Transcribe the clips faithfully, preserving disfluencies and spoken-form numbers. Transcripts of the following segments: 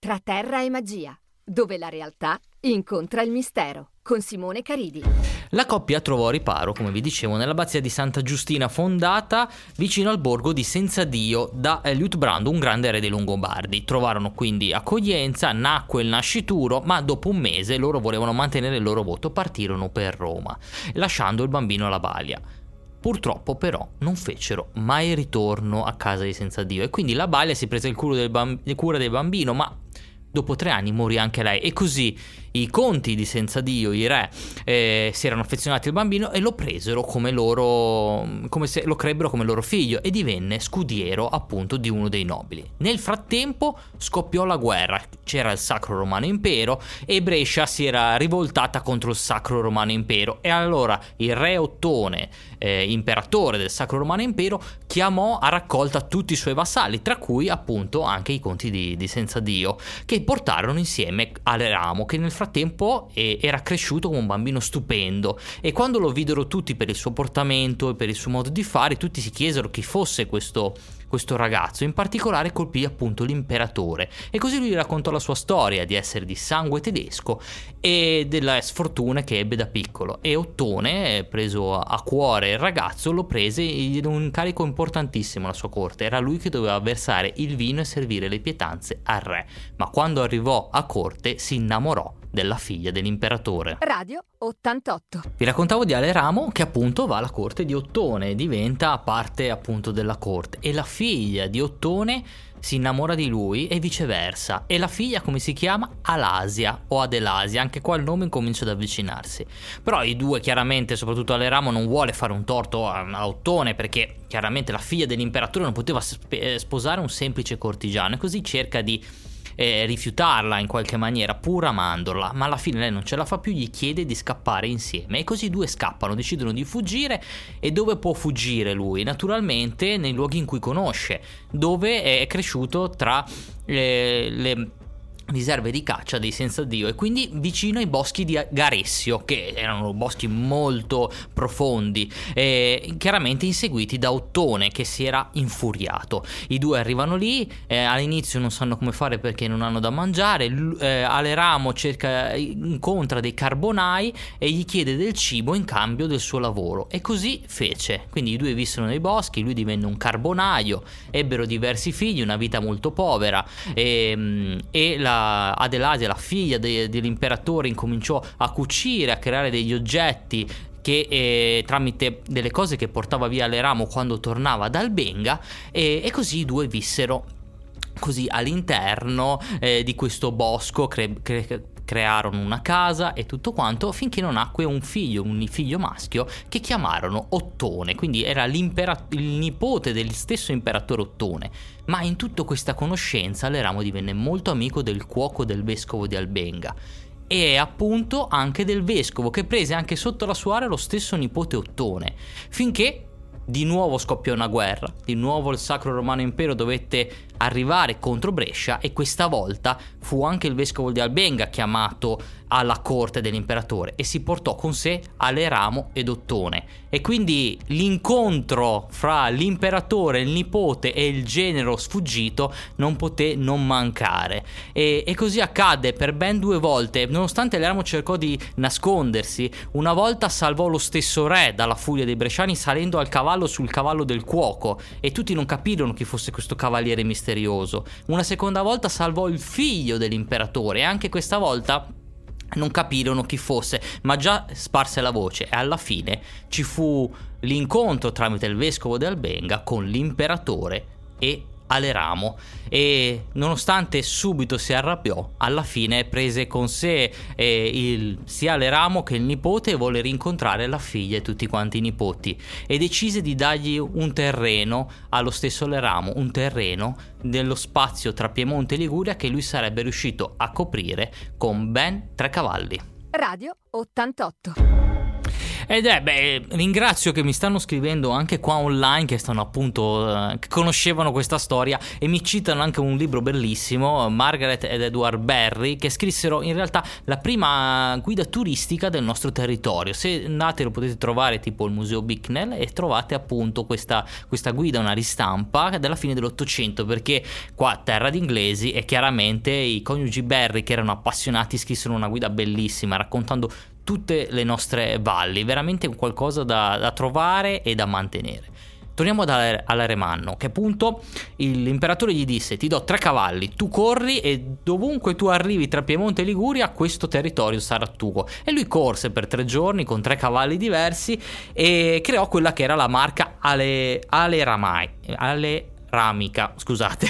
Tra terra e magia, dove la realtà incontra il mistero, con Simone Caridi. La coppia trovò riparo, come vi dicevo, nell'abbazia di Santa Giustina, fondata vicino al borgo di Senzadio da Liutprando, un grande re dei Longobardi. Trovarono quindi accoglienza, nacque il nascituro, ma dopo un mese loro volevano mantenere il loro voto, partirono per Roma, lasciando il bambino alla balia. Purtroppo però non fecero mai ritorno a casa di Senzadio e quindi la balia si prese il cura del, bamb- cura del bambino, ma dopo tre anni morì anche lei, e così i conti di Senzadio, i re, eh, si erano affezionati al bambino e lo presero come loro, come se lo crebbero come loro figlio, e divenne scudiero appunto di uno dei nobili. Nel frattempo scoppiò la guerra, c'era il Sacro Romano Impero e Brescia si era rivoltata contro il Sacro Romano Impero, e allora il re Ottone, eh, imperatore del Sacro Romano Impero, chiamò a raccolta tutti i suoi vassalli, tra cui appunto anche i conti di, di Senzadio, che portarono insieme Aleramo, che nel frattempo eh, era cresciuto come un bambino stupendo, e quando lo videro tutti per il suo portamento e per il suo modo di fare, tutti si chiesero chi fosse questo questo ragazzo. In particolare colpì appunto l'imperatore, e così lui raccontò la sua storia di essere di sangue tedesco e delle sfortune che ebbe da piccolo, e Ottone, preso a cuore il ragazzo, lo prese e gli diede un incarico importantissimo alla sua corte. Era lui che doveva versare il vino e servire le pietanze al re, ma quando arrivò a corte si innamorò della figlia dell'imperatore. Radio ottantotto. Vi raccontavo di Aleramo, che appunto va alla corte di Ottone, diventa parte appunto della corte, e la figlia di Ottone si innamora di lui e viceversa, e la figlia come si chiama? Alasia o Adelasia, anche qua il nome incomincia ad avvicinarsi. Però i due, chiaramente, soprattutto Aleramo, non vuole fare un torto a, a Ottone, perché chiaramente la figlia dell'imperatore non poteva sposare un semplice cortigiano, e così cerca di Eh, rifiutarla in qualche maniera, pur amandola, ma alla fine lei non ce la fa più, gli chiede di scappare insieme, e così i due scappano, decidono di fuggire. E dove può fuggire lui? Naturalmente nei luoghi in cui conosce, dove è cresciuto tra eh, le riserve di caccia dei Senzadio, e quindi vicino ai boschi di Garessio, che erano boschi molto profondi, eh, chiaramente inseguiti da Ottone, che si era infuriato. I due arrivano lì, eh, all'inizio non sanno come fare perché non hanno da mangiare. L- eh, Aleramo cerca, incontra dei carbonai e gli chiede del cibo in cambio del suo lavoro, e così fece. Quindi i due vissero nei boschi, lui divenne un carbonaio, ebbero diversi figli, una vita molto povera, e, e la Adelasia, la figlia de- dell'imperatore, incominciò a cucire, a creare degli oggetti che eh, tramite delle cose che portava via Aleramo quando tornava dal Benga, e, e così i due vissero così all'interno eh, di questo bosco, cre- cre- crearono una casa e tutto quanto, finché non nacque un figlio, un figlio maschio, che chiamarono Ottone, quindi era il nipote del stesso imperatore Ottone. Ma in tutta questa conoscenza Aleramo divenne molto amico del cuoco del vescovo di Albenga, e appunto anche del vescovo, che prese anche sotto la sua area lo stesso nipote Ottone, finché di nuovo scoppiò una guerra, di nuovo il Sacro Romano Impero dovette arrivare contro Brescia, e questa volta fu anche il vescovo di Albenga chiamato alla corte dell'imperatore, e si portò con sé Aleramo ed Ottone, e quindi l'incontro fra l'imperatore, il nipote e il genero sfuggito non poté non mancare, e, e così accadde per ben due volte. Nonostante Aleramo cercò di nascondersi, una volta salvò lo stesso re dalla furia dei bresciani salendo al cavallo sul cavallo del cuoco, e tutti non capirono chi fosse questo cavaliere misterioso. Una seconda volta salvò il figlio dell'imperatore, e anche questa volta non capirono chi fosse, ma già sparse la voce, e alla fine ci fu l'incontro tramite il vescovo di Albenga con l'imperatore e Aleramo, e nonostante subito si arrabbiò, alla fine prese con sé eh, il, sia Aleramo che il nipote, e volle rincontrare la figlia e tutti quanti i nipoti, e decise di dargli un terreno allo stesso Aleramo, un terreno dello spazio tra Piemonte e Liguria che lui sarebbe riuscito a coprire con ben tre cavalli. Radio ottantotto. Ed è, beh, ringrazio che mi stanno scrivendo anche qua online, che stanno appunto, eh, che conoscevano questa storia e mi citano anche un libro bellissimo, Margaret ed Edward Berry, che scrissero in realtà la prima guida turistica del nostro territorio. Se andate lo potete trovare tipo il Museo Bicknell e trovate appunto questa, questa guida, una ristampa della fine dell'Ottocento, perché qua terra di inglesi e chiaramente i coniugi Berry, che erano appassionati, scrissero una guida bellissima raccontando tutte le nostre valli, veramente qualcosa da, da trovare e da mantenere. Torniamo ad all'Alemanno, che appunto l'imperatore gli disse: ti do tre cavalli, tu corri e dovunque tu arrivi tra Piemonte e Liguria questo territorio sarà tuo. E lui corse per tre giorni con tre cavalli diversi e creò quella che era la marca Ale, Ale Ramai, Ale Ramica, scusate.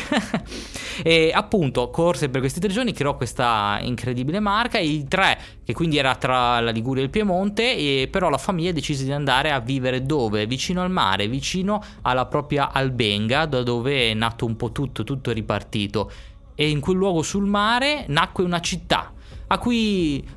E appunto corse per questi tre giorni, creò questa incredibile marca. I tre, che quindi era tra la Liguria e il Piemonte, e però la famiglia decise di andare a vivere dove? Vicino al mare, vicino alla propria Albenga, da dove è nato un po' tutto, tutto è ripartito. E in quel luogo sul mare nacque una città a cui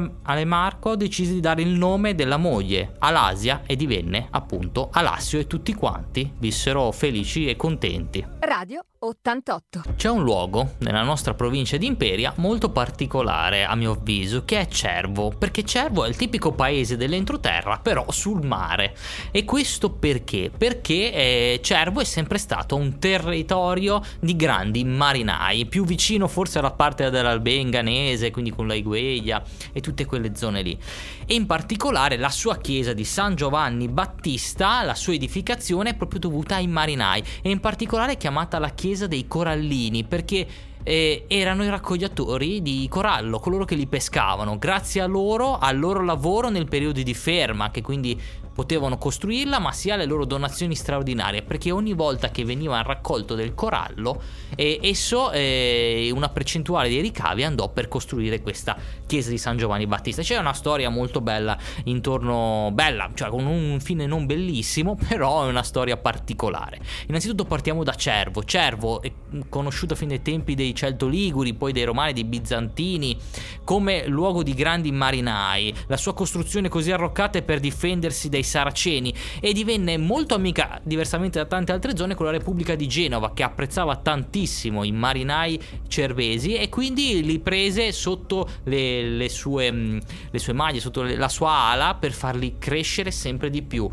Alemarco decise di dare il nome della moglie, Alasia, e divenne appunto Alassio, e tutti quanti vissero felici e contenti. Radio ottantotto. C'è un luogo nella nostra provincia di Imperia molto particolare, a mio avviso, che è Cervo, perché Cervo è il tipico paese dell'entroterra però sul mare. E questo perché? Perché eh, Cervo è sempre stato un territorio di grandi marinai, più vicino forse alla parte dell'Albenganese, quindi con la Higueia e tutte quelle zone lì. E in particolare la sua chiesa di San Giovanni Battista, la sua edificazione è proprio dovuta ai marinai, e in particolare è chiamata la chiesa dei corallini perché eh, erano i raccogliatori di corallo, coloro che li pescavano. Grazie a loro, al loro lavoro nel periodo di ferma, che quindi potevano costruirla, ma sia alle loro donazioni straordinarie, perché ogni volta che veniva raccolto del corallo eh, esso eh, una percentuale dei ricavi andò per costruire questa chiesa di San Giovanni Battista. C'è una storia molto bella intorno, bella, cioè con un fine non bellissimo, però è una storia particolare. Innanzitutto partiamo da Cervo. Cervo è conosciuto fin dai tempi dei Celto-Liguri, poi dei Romani, dei Bizantini, come luogo di grandi marinai. La sua costruzione così arroccata è per difendersi dai Saraceni, e divenne molto amica, diversamente da tante altre zone, con la Repubblica di Genova, che apprezzava tantissimo i marinai cervesi e quindi li prese sotto le, le, sue, le sue maglie, sotto la sua ala, per farli crescere sempre di più.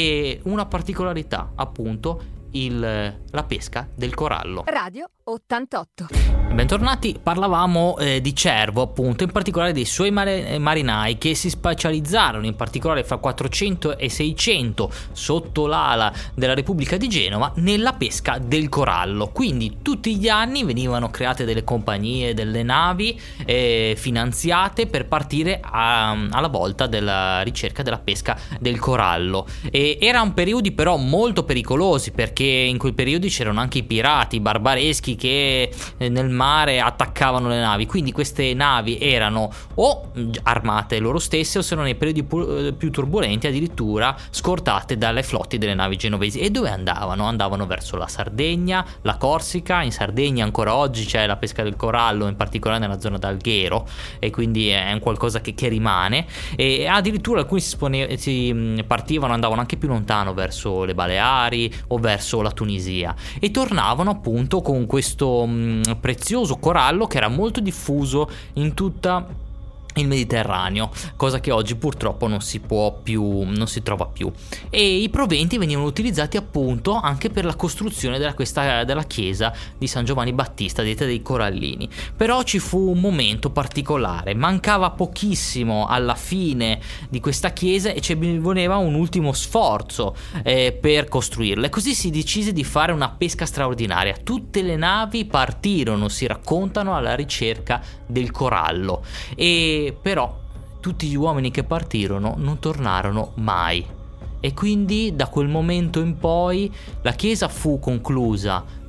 E una particolarità, appunto, il, la pesca del corallo. Radio ottantotto. Bentornati, parlavamo eh, di Cervo, appunto, in particolare dei suoi mare- marinai che si specializzarono in particolare fra quattrocento e seicento sotto l'ala della Repubblica di Genova nella pesca del corallo. Quindi tutti gli anni venivano create delle compagnie, delle navi eh, finanziate per partire a, alla volta della ricerca della pesca del corallo. E erano periodi però molto pericolosi, perché in quei periodi c'erano anche i pirati barbareschi che eh, nel mare attaccavano le navi, quindi queste navi erano o armate loro stesse, o se no nei periodi pu- più turbolenti addirittura scortate dalle flotte delle navi genovesi. E dove andavano? Andavano verso la Sardegna, la Corsica. In Sardegna ancora oggi c'è la pesca del corallo, in particolare nella zona d'Alghero, e quindi è un qualcosa che, che rimane. E addirittura alcuni si, spone- si partivano, andavano anche più lontano verso le Baleari o verso la Tunisia, e tornavano appunto con questo mh, prezioso corallo che era molto diffuso in tutta il Mediterraneo, cosa che oggi purtroppo non si può più, non si trova più. E i proventi venivano utilizzati appunto anche per la costruzione della, questa, della chiesa di San Giovanni Battista, detta dei Corallini. Però ci fu un momento particolare, mancava pochissimo alla fine di questa chiesa e ci voleva un ultimo sforzo eh, per costruirla, e così si decise di fare una pesca straordinaria. Tutte le navi partirono, si raccontano, alla ricerca del corallo, e però tutti gli uomini che partirono non tornarono mai. E quindi da quel momento in poi la chiesa fu conclusa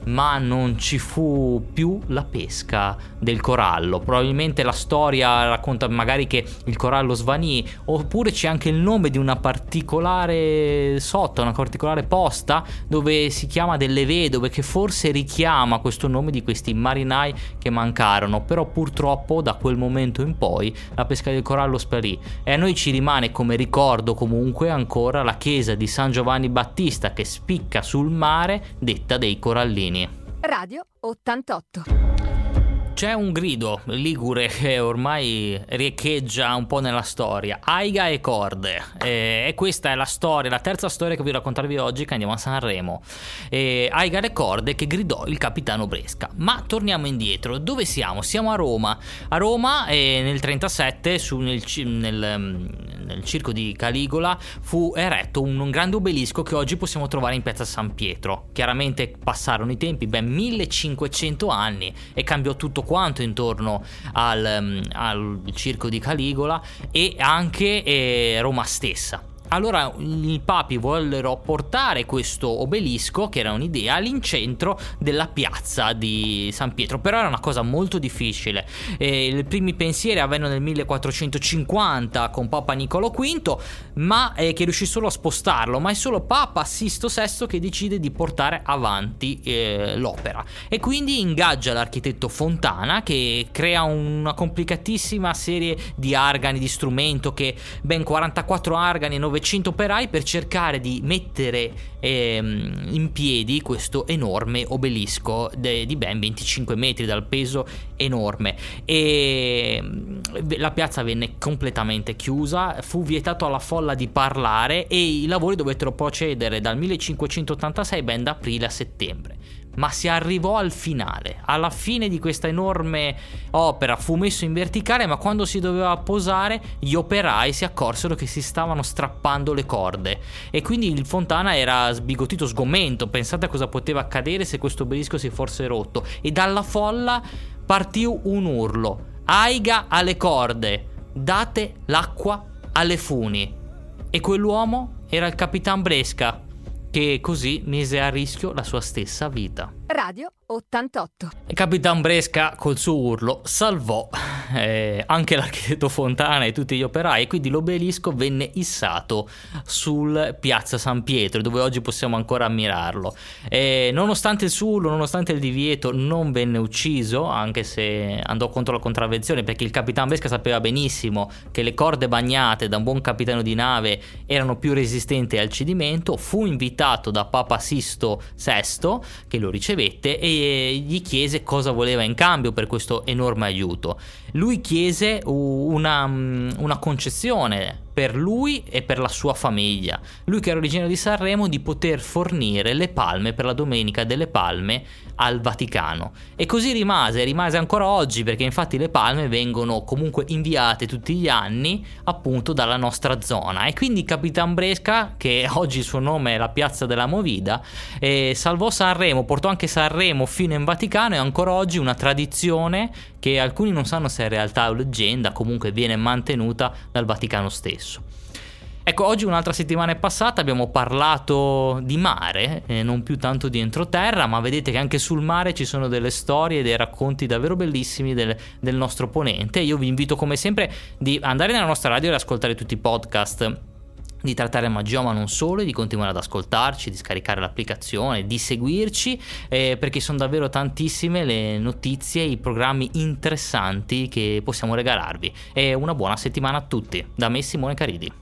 ma non ci fu più la pesca del corallo. Probabilmente la storia racconta magari che il corallo svanì, oppure c'è anche il nome di una particolare sotta, una particolare posta dove si chiama delle vedove, che forse richiama questo nome di questi marinai che mancarono. Però purtroppo da quel momento in poi la pesca del corallo sparì, e a noi ci rimane come ricordo comunque ancora la chiesa di San Giovanni Battista che spicca sul mare, detta dei Corallini. Radio ottantotto. C'è un grido ligure che ormai riecheggia un po' nella storia: Aiga e corde. E, e questa è la storia, la terza storia che voglio raccontarvi oggi, che andiamo a Sanremo. E, Aiga e corde che gridò il capitano Bresca. Ma torniamo indietro, dove siamo? Siamo a Roma. A Roma eh, nel trentasette su, nel, nel, nel circo di Caligola fu eretto un, un grande obelisco che oggi possiamo trovare in piazza San Pietro. Chiaramente passarono i tempi, ben millecinquecento anni, e cambiò tutto quanto intorno al, al circo di Caligola, e anche eh, Roma stessa. Allora i papi vollero portare questo obelisco, che era un'idea, all'incentro della piazza di San Pietro, però era una cosa molto difficile. E i primi pensieri avvennero nel millequattrocentocinquanta con Papa Niccolò quinto, ma eh, che riuscì solo a spostarlo, ma è solo Papa Sisto sesto che decide di portare avanti eh, l'opera, e quindi ingaggia l'architetto Fontana, che crea una complicatissima serie di argani, di strumento, che ben quarantaquattro argani e novecento operai per cercare di mettere ehm, in piedi questo enorme obelisco de- di ben venticinque metri, dal peso enorme. E la piazza venne completamente chiusa, fu vietato alla folla di parlare, e i lavori dovettero procedere dal millecinquecentottantasei ben da aprile a settembre. Ma si arrivò al finale, alla fine di questa enorme opera fu messo in verticale, ma quando si doveva posare gli operai si accorsero che si stavano strappando le corde, e quindi il Fontana era sbigottito, sgomento. Pensate a cosa poteva accadere se questo obelisco si fosse rotto, e dalla folla partì un urlo: Aiga alle corde, date l'acqua alle funi. E quell'uomo era il Capitan Bresca, che così mise a rischio la sua stessa vita. Radio ottantotto. E Capitan Bresca col suo urlo salvò eh, anche l'architetto Fontana e tutti gli operai, e quindi l'obelisco venne issato sul piazza San Pietro, dove oggi possiamo ancora ammirarlo. E nonostante il suo urlo, nonostante il divieto, non venne ucciso, anche se andò contro la contravvenzione, perché il Capitan Bresca sapeva benissimo che le corde bagnate da un buon capitano di nave erano più resistenti al cedimento. Fu invitato da Papa Sisto sesto, che lo ricevette, e gli chiese cosa voleva in cambio per questo enorme aiuto. Lui chiese una, una concessione per lui e per la sua famiglia. Lui, che era originario di Sanremo, di poter fornire le palme per la Domenica delle Palme al Vaticano. E così rimase, rimase ancora oggi, perché infatti le palme vengono comunque inviate tutti gli anni appunto dalla nostra zona. E quindi Capitan Bresca, che oggi il suo nome è la Piazza della Movida, eh, salvò Sanremo, portò anche Sanremo fino in Vaticano, e ancora oggi una tradizione che alcuni non sanno se è realtà o leggenda, comunque viene mantenuta dal Vaticano stesso. Ecco, oggi un'altra settimana è passata, abbiamo parlato di mare, eh, non più tanto di entroterra, ma vedete che anche sul mare ci sono delle storie e dei racconti davvero bellissimi del, del nostro ponente. Io vi invito come sempre di andare nella nostra radio e ascoltare tutti i podcast di Trattare Magia, ma non solo, e di continuare ad ascoltarci, di scaricare l'applicazione, di seguirci, eh, perché sono davvero tantissime le notizie, i programmi interessanti che possiamo regalarvi. E una buona settimana a tutti, da me Simone Caridi.